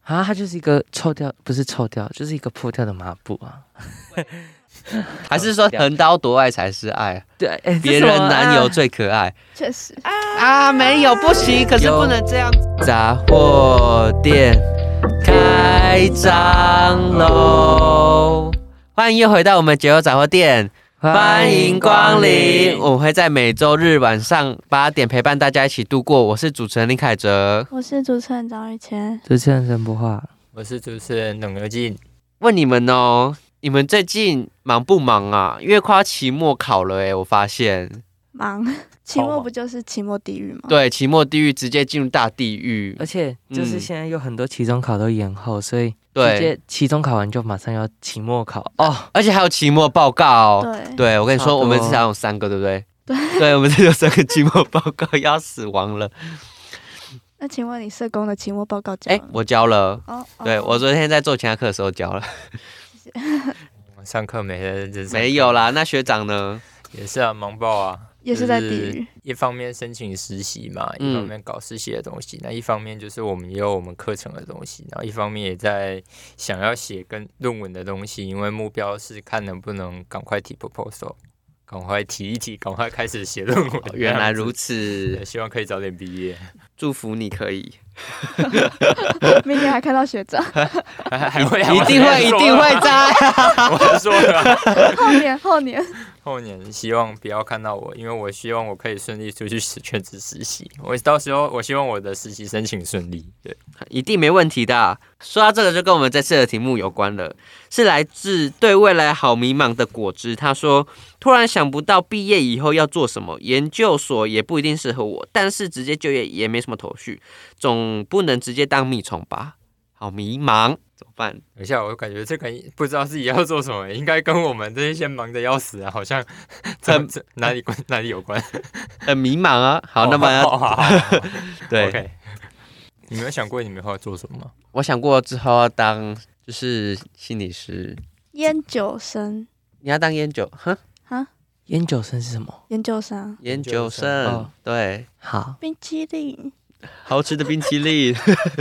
啊，它就是一个臭掉，不是臭掉，就是一个破掉的抹布啊。 还是说横刀夺爱才是爱？ 对， 别人男友最可爱。 确实啊，没有不行，可是不能这样。杂货店开张喽！欢迎又回到我们解忧杂货店，欢迎光临。我会在每周日晚上8点陪伴大家一起度过。我是主持人林凯哲， 我是主持人张雨谦， 主持人陈柏华， 我是主持人董刘进。 问你们哦，你们最近忙不忙啊？因为快要期末考了我发现。 忙。期末不就是期末地狱吗？ 对，期末地狱直接进入大地狱， 而且就是现在有很多期中考都延后，所以对直接期中考完就马上要期末考哦， 而且还有期末报告。 对， 我跟你说，我们至少有3个，对不对？对，我们这有3个期末报告要死亡了。 那请问你社工的期末报告交了吗？ 我交了。 哦， 对，我昨天在做其他课的时候交了。 上课没认真上课， 没有啦。那学长呢？ 也是啊，忙爆啊， 也是在地狱。 一方面申请实习嘛，一方面搞实习的东西，那一方面就是我们也有我们课程的东西，然后一方面也在想要写跟论文的东西，因为目标是看能不能赶快提 proposal， 赶快提一提，赶快开始写论文。 原来如此， 希望可以早点毕业， 祝福你可以。 明年还看到学长， 还会一定会在。 我说了，后年希望不要看到我，因为我希望我可以顺利出去全职实习。到时候我希望我的实习申请顺利，对， 一定没问题的。说到这个，就跟我们这次的题目有关了，是来自对未来好迷茫的果汁。他说，突然想不到毕业以后要做什么，研究所也不一定适合我，但是直接就业也没什么头绪，总不能直接当蜜虫吧？好迷茫，怎么办？ 等一下，我感觉这个不知道自己要做什么，应该跟我们这些忙得要死啊，好像哪里有关？ 很迷茫啊。好，那么对， okay. 你们有想过你们以后要做什么吗？ 我想过之后要当就是心理师、 研究生。 你要当研究？ 研究生是什么？ 研究生。 研究生，对， 好， 冰淇淋。 好吃的冰淇淋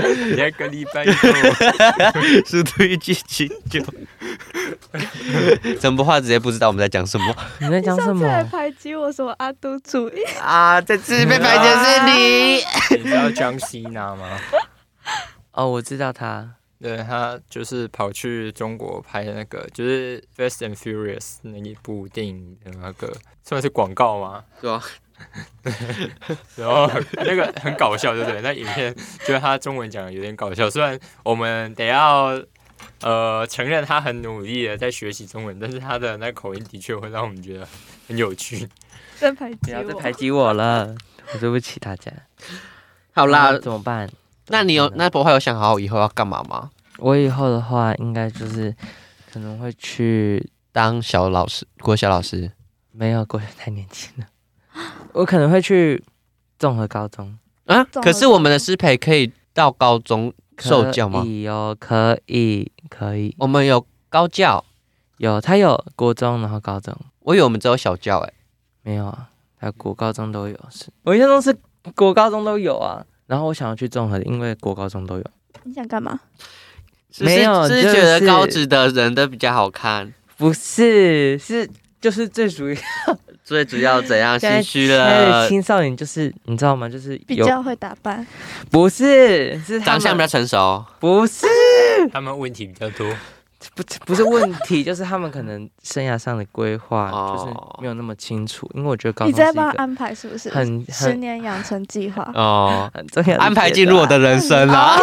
2个礼拜以后速度与激情9陈柏华直接不知道我们在讲什么。 你在讲什么？ 你上次还排挤我说阿都主义啊，这次被排挤是你。 你知道江西娜吗？ 哦，我知道他。 对，他就是跑去中国拍那个，就是《Fast and Furious》那一部电影的那个，算是广告吗？ 对啊。 对，然后那个很搞笑，对不对？那影片就是他中文讲的有点搞笑，虽然我们得要承认他很努力的在学习中文，但是他的那口音的确会让我们觉得很有趣。 在排挤我， 不要再排挤我了，我对不起大家。 好啦， 怎么办？ 那柏华有想好以后要干嘛吗？ 我以后的话，应该就是可能会去当小老师，国小老师。 没有，国小太年轻了。我可能会去综合高中啊，可是我们的师培可以到高中受教吗？ 可以。 我们有高教， 他有国中，然后高中。 我以为我们只有小教没有啊，他国高中都有。我印象中是国高中都有啊。然后我想要去综合的，因为国高中都有。 你想干嘛？ 没有， 是觉得高职的人都比较好看？ 不是，就是最主要怎样心虚了？现在的青少年就是你知道吗？就是比较会打扮， 不是长相比较成熟， 不是他们问题比较多， 不是问题，就是他们可能生涯上的规划就是没有那么清楚。因为我觉得高中你在帮他安排是不是？ 很 10年养成计划哦， 很重要， 安排进入我的人生啊！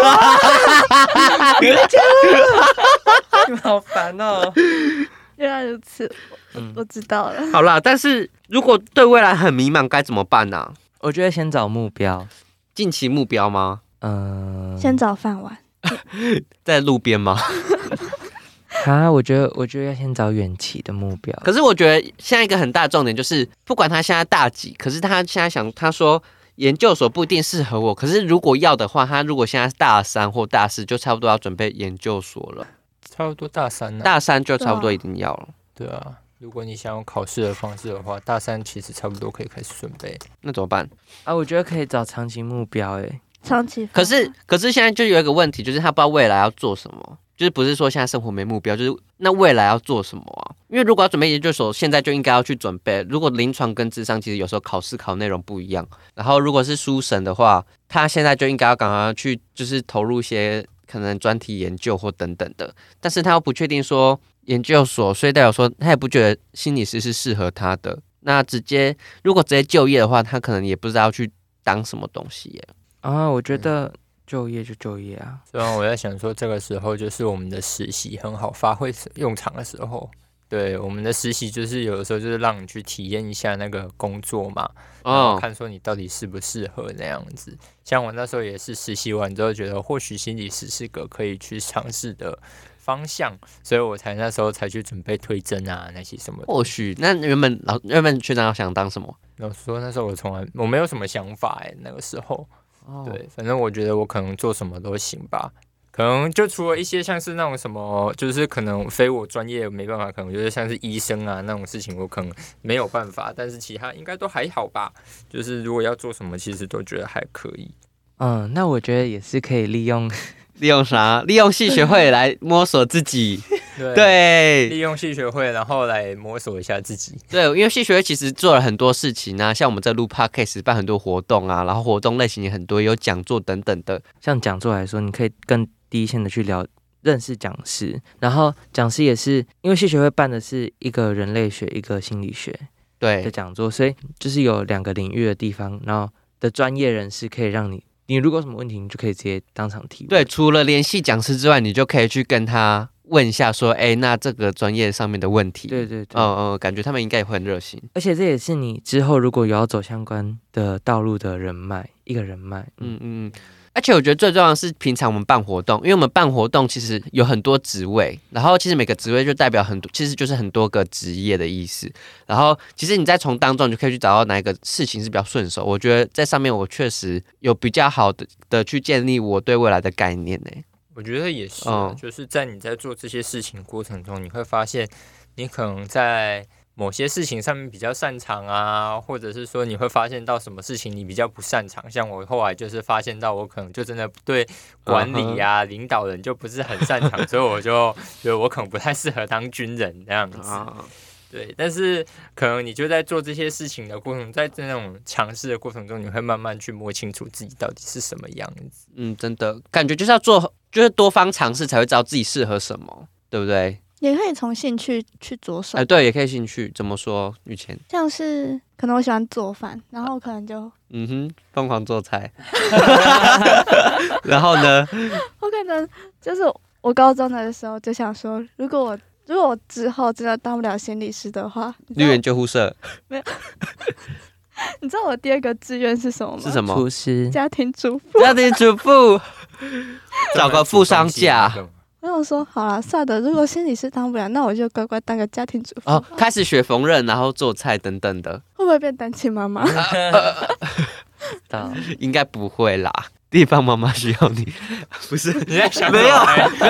你们好烦哦。 原来如此，我知道了。 好啦，但是如果对未来很迷茫，该怎么办呢？ 我觉得先找目标， 近期目标吗？ 先找饭碗， 在路边吗？ 我觉得要先找远期的目标。 可是我觉得现在一个很大的重点就是，不管他现在大几，可是他现在他说研究所不一定适合我。可是如果要的话，他如果现在大3或大4，就差不多要准备研究所了。 差不多大3 大3就差不多一定要了。 对啊，如果你想用考试的方式的话，大3其实差不多可以开始准备。 那怎么办啊？我觉得可以找长期目标。 长期。 可是现在就有一个问题，就是他不知道未来要做什么，就是不是说现在生活没目标，就是那未来要做什么啊？因为如果要准备研究所，现在就应该要去准备。如果临床跟諮商其实有时候考试考内容不一样，然后如果是书审的话，他现在就应该要赶快去就是投入一些可能专题研究或等等的，但是他又不确定说研究所，所以代表说他也不觉得心理师是适合他的。那如果直接就业的话，他可能也不知道要去当什么东西耶。 我觉得就业就就业啊。 所以我在想说，这个时候就是我们的实习很好发挥用场的时候。对，我们的实习就是有的时候就是让你去体验一下那个工作嘛，然后看说你到底适不适合那样子。像我那时候也是实习完之后，觉得或许心理师是个可以去尝试的方向，所以我那时候才去准备推甄啊那些什么的。 或许那原本学长要想当什么？ 老实说那时候我没有什么想法那个时候。对，反正我觉得我可能做什么都行吧。可能就除了一些像是那种什么，就是可能非我专业没办法，可能就是像是医生啊那种事情，我可能没有办法，但是其他应该都还好吧。就是如果要做什么，其实都觉得还可以。 那我觉得也是可以利用啥？利用系学会来摸索自己。对， 利用系学会，然后来摸索一下自己。 对，因为系学会其实做了很多事情啊，像我们在录 podcast 办很多活动啊，然后活动类型也很多，有讲座等等的。 像讲座来说，你可以更第一线的去认识讲师，然后讲师也是因为系学会办的是一个人类学、一个心理学的讲座，所以就是有2个领域的地方，然后的专业人士可以让你如果有什么问题，你就可以直接当场提问。 对，除了联系讲师之外，你就可以去跟他问一下说，那这个专业上面的问题。 对对对， 感觉他们应该也会很热心。 而且这也是你之后如果有要走相关的道路的一个人脉。 而且我觉得最重要的是，平常我们办活动，因为我们办活动其实有很多职位，然后其实每个职位就代表其实就是很多个职业的意思。然后其实你再从当中，你就可以去找到哪一个事情是比较顺手。我觉得在上面我确实有比较好的去建立我对未来的概念呢。 我觉得也是，就是在你在做这些事情过程中，你会发现你可能在某些事情上面比较擅长啊，或者是说你会发现到什么事情你比较不擅长。像我后来就是发现到我可能就真的对管理啊、领导人就不是很擅长，所以我就觉得我可能不太适合当军人这样子。对，但是可能你就在做这些事情的过程，在那种尝试的过程中，你会慢慢去摸清楚自己到底是什么样子。 真的感觉就是要做，就是多方尝试才会知道自己适合什么，对不对？ 也可以从兴趣去着手。 对，也可以兴趣。怎么说？雨前像是可能我喜欢做饭，然后可能就疯狂做菜。然后呢？ 我可能就是我高中的时候就想说，如果我之后真的当不了心理师的话， 绿园救护社没有。你知道我第2个志愿是什么吗？ 是什么？ 厨师、 家庭主妇。 家庭主妇，找个副商假。 我想说，好啦，算了，如果心理师当不了，那我就乖乖当个家庭主妇。 开始学缝纫，然后做菜等等的。 会不会变单亲妈妈？ 应该不会啦。地方妈妈需要你，不是？ 你在想没有，头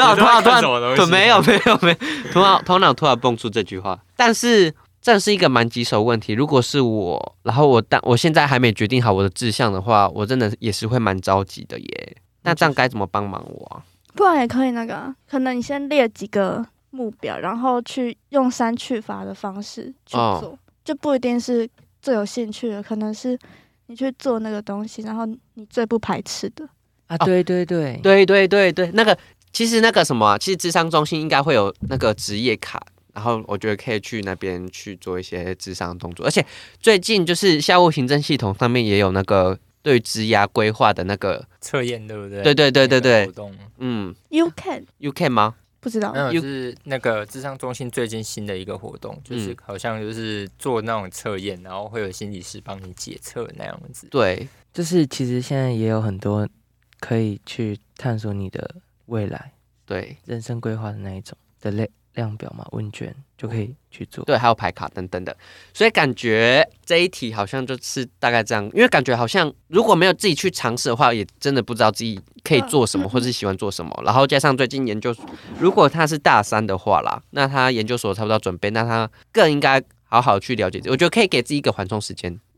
脑突然蹦出这句话。但是这是一个蛮棘手问题。如果是我，然后我现在还没决定好我的志向的话，我真的也是会蛮着急的耶。那这样该怎么帮忙我啊？ 不然也可以可能你先列几个目标，然后去用删去法的方式去做，就不一定是最有兴趣的，可能是你去做那个东西，然后你最不排斥的啊。对， 那个其实那个什么，其实諮商中心应该会有那个职业卡，然后我觉得可以去那边去做一些諮商动作。而且最近就是校务行政系统上面也有那个对于职涯规划的那个测验，对不对？ 对。 活动 ，You can 吗？ 不知道， 是那个諮商中心最近新的一个活动，就是好像就是做那种测验，然后会有心理师帮你解测那样子。 对， 就是其实现在也有很多可以去探索你的未来， 对人生规划的那一种的量表嘛，问卷就可以去做。 对，还有牌卡等等的。所以感觉这一题好像就是大概这样，因为感觉好像如果没有自己去尝试的话，也真的不知道自己可以做什么，或是喜欢做什么。然后加上最近研究所，如果他是大3的话啦，那他研究所差不多要准备，那他更应该好好去了解。我觉得可以给自己一个缓冲时间。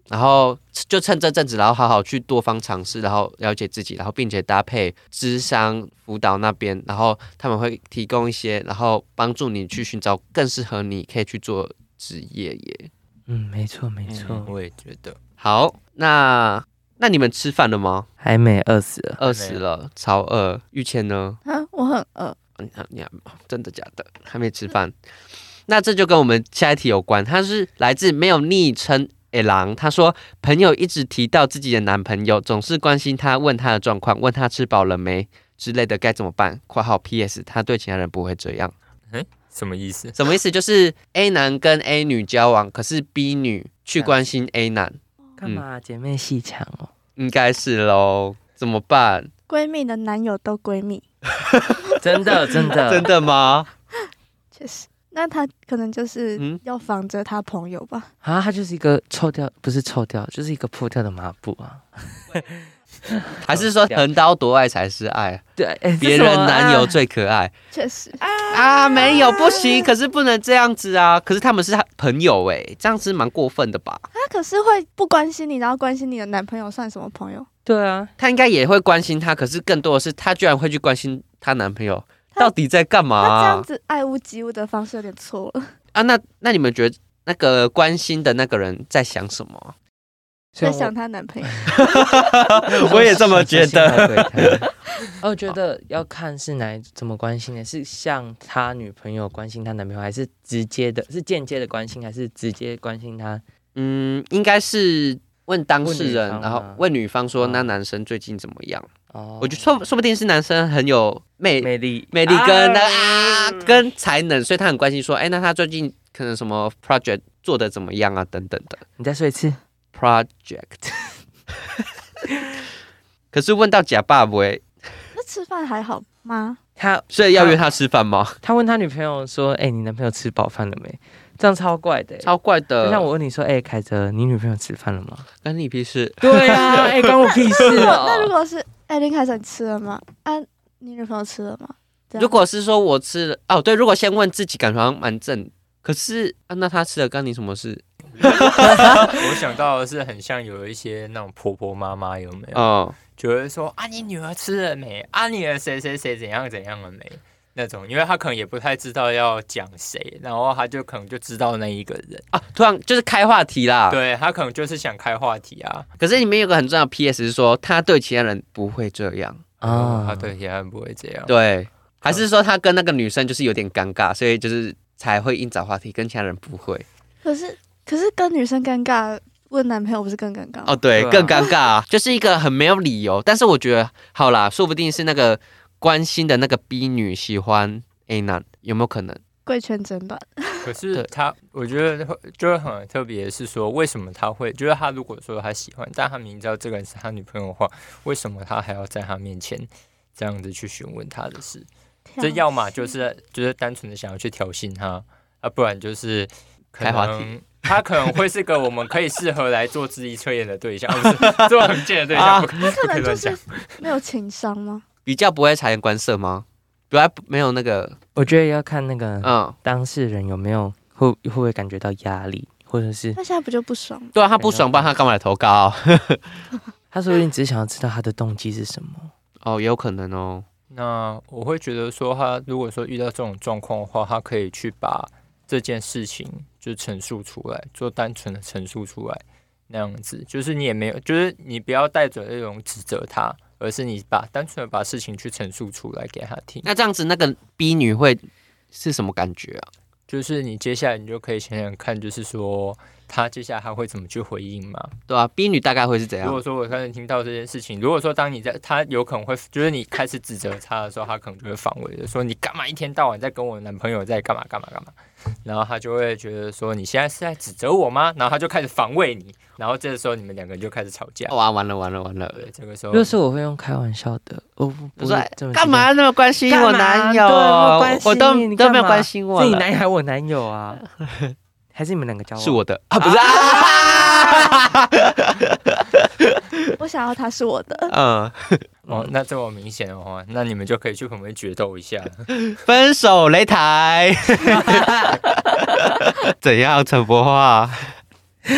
然后就趁这阵子，然后好好去多方尝试，然后了解自己，然后并且搭配諮商辅导那边，然后他们会提供一些，然后帮助你去寻找更适合你可以去做职业耶。 没错没错， 我也觉得。 好，那你们吃饭了吗？ 还没，饿死了， 饿死了，超饿。玉谦呢？ 我很饿。 你真的假的？还没吃饭？那这就跟我们下一题有关，他是来自没有昵称的狼，他说朋友一直提到自己的男朋友，总是关心他，问他的状况，问他吃饱了没之类的，该怎么办？括号 PS 他对其他人不会这样。 什么意思？ 什么意思？就是 A 男跟 A 女交往，可是 B 女去关心 A 男， 干嘛姐妹戏强哦？ 应该是咯，怎么办？ 闺蜜的男友都闺蜜， 真的真吗？ 确实。那他可能就是要防着他朋友吧？ 啊，他就是一个臭掉，不是臭掉，就是一个破掉的抹布啊。 还是说横刀夺爱才是爱？ 对， 别人男友最可爱。 确实没有不行，可是不能这样子啊！可是他们是朋友这样子蛮过分的吧？ 他可是会不关心你，然后关心你的男朋友，算什么朋友？ 对啊， 他应该也会关心他，可是更多的是他居然会去关心他男朋友到底在干嘛他这样子爱屋及乌的方式有点错了啊！那你们觉得那个关心的那个人在想什么？ 在想她男朋友。 我也这么觉得。 我觉得要看是怎么关心的，是像他女朋友关心他男朋友，还是直接的，是间接的关心，还是直接关心他？ 应该是问当事人， 然后问女方说那男生最近怎么样？我觉得说不定是男生很有魅力跟才能，所以他很关心说，那他最近可能什么 project 做的怎么样啊，等等的。 你再说一次 project。可是问到假爸不会， 那吃饭还好吗？ 所以要约他吃饭吗？ 他问他女朋友说，你男朋友吃饱饭了没？这样超怪的， 超怪的。 就像我问你说，凯哲，你女朋友吃饭了吗？ 关你屁事。 对啊，关我屁事哦。 那如果是林凯哲吃了吗？你女朋友吃了吗？ 如果是说我吃了，对，如果先问自己，感觉好像蛮正。可是那他吃了，干你什么事？ 我想到的是很像有一些那种婆婆妈妈有没有？就会说你女儿吃了没？你的谁谁谁怎样怎样了没？那种，因为他可能也不太知道要讲谁，然后他就可能就知道那一个人突然就是开话题啦。 对，他可能就是想开话题啊。 可是里面有个很重要的 PS 是说，他对其他人不会这样他对其他人不会这样。 对，还是说他跟那个女生就是有点尴尬，所以就是才会硬找话题，跟其他人不会。 可是跟女生尴尬，问男朋友不是更尴尬吗？ 对，更尴尬就是一个很没有理由。但是我觉得好啦，说不定是那个关心的那个 B 女喜欢 A 男，有没有可能？ 贵圈真乱。 可是我觉得就会很特别，是说为什么他会，就是他如果说他喜欢，但他明知道这个人是他女朋友的话，为什么他还要在他面前这样子去询问他的事？这要么就是单纯的想要去挑衅他，不然就是开话题。 他可能会是个我们可以适合来做智力测验的对象，不是做很贱的对象，不可以乱讲。 没有情商吗？ 比较不会察言观色吗？比较没有那个， 我觉得要看那个当事人有没有会不会感觉到压力，或者是他现在不就不爽吗？ 对啊，他不爽，不然他干嘛来投稿？ 他说不定只是想要知道他的动机是什么。 也有可能哦。 那我会觉得说，他如果说遇到这种状况的话，他可以去把这件事情就陈述出来，做单纯的陈述出来，那样子，就是你也没有，就是你不要带着那种指责他，而是你单纯的把事情去陈述出来给他听。 那这样子，那个 B 女会是什么感觉啊？就是你接下来你就可以想想看，就是说他接下来他会怎么去回应嘛？ 对啊 ，B 女大概会是怎样？ 如果说我开始听到这件事情，如果说当你他有可能会，就是你开始指责他的时候，他可能就会反胃的说你干嘛一天到晚在跟我男朋友在干嘛干嘛干嘛，然后他就会觉得说你现在是在指责我吗？然后他就开始防卫你，然后这个时候你们两个人就开始吵架。 哇，完了！ 对，这个时候如果是我会用开玩笑的，我说干嘛那么关心我男友？我都没有关心我， 是你男友还是我男友啊？还是你们两个交往？ 是我的不是我想要他是我的。 那这么明显的话，那你们就可以去可能决斗一下， 分手擂台。怎样陈柏华？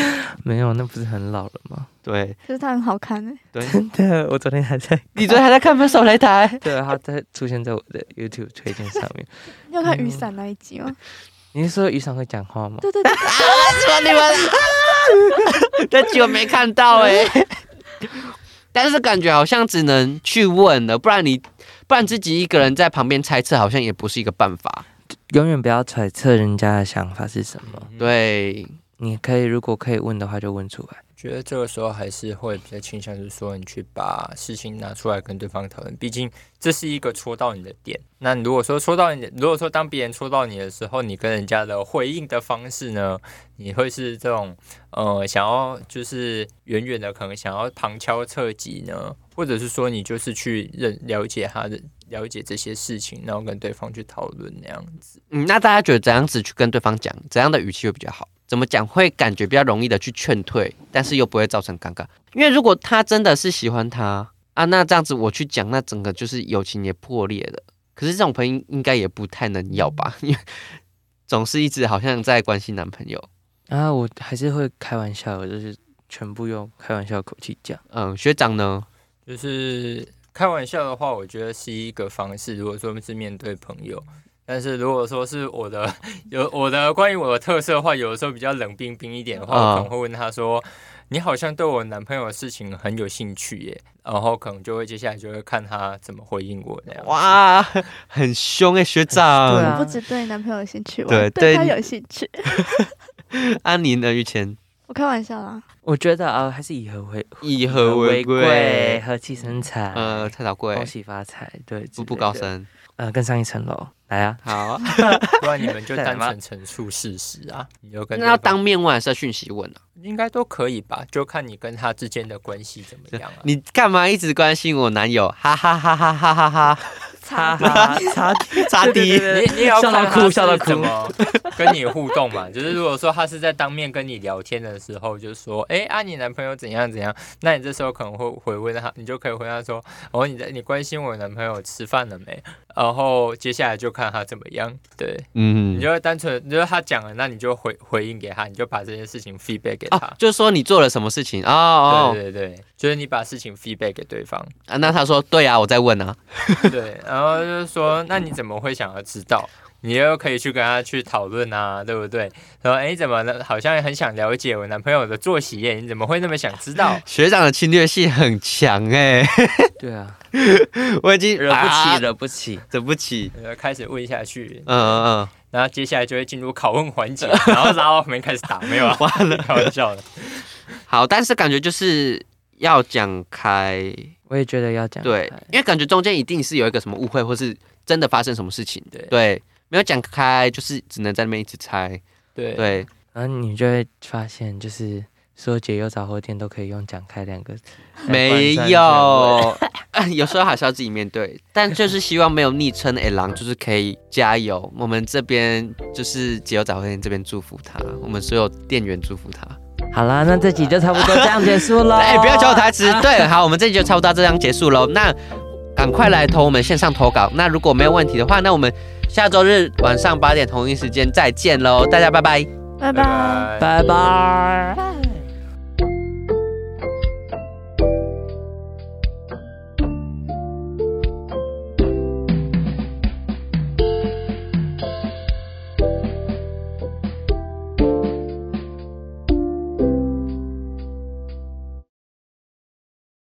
没有，那不是很老了吗？ 对， 可是它很好看哎。 对， 真的，我昨天还在， 你昨天还在看《分手擂台》？ 对，它在出现在我的 YouTube 推荐上面。 你有看雨伞那一集吗？ 你是说雨伞会讲话吗？ 对， 说你们，这集我没看到但是感觉好像只能去问了，不然自己一个人在旁边猜测，好像也不是一个办法。 永远不要揣测人家的想法是什么。 对， 你可以如果可以问的话，就问出来。 觉得这个时候还是会比较倾向，就是说你去把事情拿出来跟对方讨论，毕竟这是一个戳到你的点。那如果说当别人戳到你的时候，你跟人家的回应的方式呢，你会是这种想要就是远远的可能想要旁敲侧击呢，或者是说你就是去了解这些事情，然后跟对方去讨论那样子。 那大家觉得怎样子去跟对方讲，怎样的语气会比较好？怎么讲会感觉比较容易的去劝退，但是又不会造成尴尬？因为如果他真的是喜欢他啊，那这样子我去讲，那整个就是友情也破裂了。可是这种朋友应该也不太能要吧，因为总是一直好像在关心男朋友啊。我还是会开玩笑，我就是全部用开玩笑口气讲。 学长呢？ 就是开玩笑的话，我觉得是一个方式。如果说是面对朋友。但是如果说是我的关于我的特色的话，有的时候比较冷冰冰一点的话，我可能会问他说：“你好像对我男朋友的事情很有兴趣耶。”然后可能就会接下来就会看他怎么回应我那样。 哇，很凶学长！ 对啊，不只对男朋友有兴趣，我对他有兴趣。 安妮呢？玉谦， 我开玩笑啦。 我觉得还是以和为贵，和气生财。 太早贵， 恭喜发财，对， 步步高升。 更上一层楼，来啊！ 好， 不然你们就单纯陈述事实啊，你就跟那要当面问还是要讯息问啊？ 应该都可以吧，就看你跟他之间的关系怎么样啊。 你干嘛一直关心我男友？哈哈哈哈哈哈哈！擦地， 你也要看他是怎么跟你互动嘛。就是如果说他是在当面跟你聊天的时候，就说你男朋友怎样怎样，那你这时候可能会回问他，你就可以回他说你关心我男朋友吃饭了没？然后接下来就看他怎么样。对，你就会单纯就是他讲了，那你就回应给他，你就把这件事情 feedback 给他。 就是说你做了什么事情对，就是你把事情 feedback 给对方那他说对啊，我在问啊。 对，然后就是说，那你怎么会想要知道？你又可以去跟他去讨论啊，对不对？然后怎么呢？好像很想了解我男朋友的作息耶，你怎么会那么想知道？ 学长的侵略性很强对啊， 我已经惹不起， 开始问下去。 然后接下来就会进入拷问环节，然后拉到后面开始打，没有啊？完了，开玩笑的。 好，但是感觉就是要讲开。 我也觉得要讲开， 对，因为感觉中间一定是有一个什么误会，或是真的发生什么事情。对，没有讲开，就是只能在那边一直猜。对， 然后你就会发现，就是所有解忧杂货店都可以用讲开2个字。 没有，有时候还是要自己面对。但就是希望没有昵称狼，就是可以加油。我们这边就是解忧杂货店这边祝福他，我们所有店员祝福他。 好啦，那这集就差不多这样结束喽。 不要教我台词。对，好，我们这集就差不多这样结束喽。那赶快来投我们线上投稿。那如果没有问题的话，那我们下周日晚上8点同一时间再见喽。大家拜拜， 拜拜， 拜拜。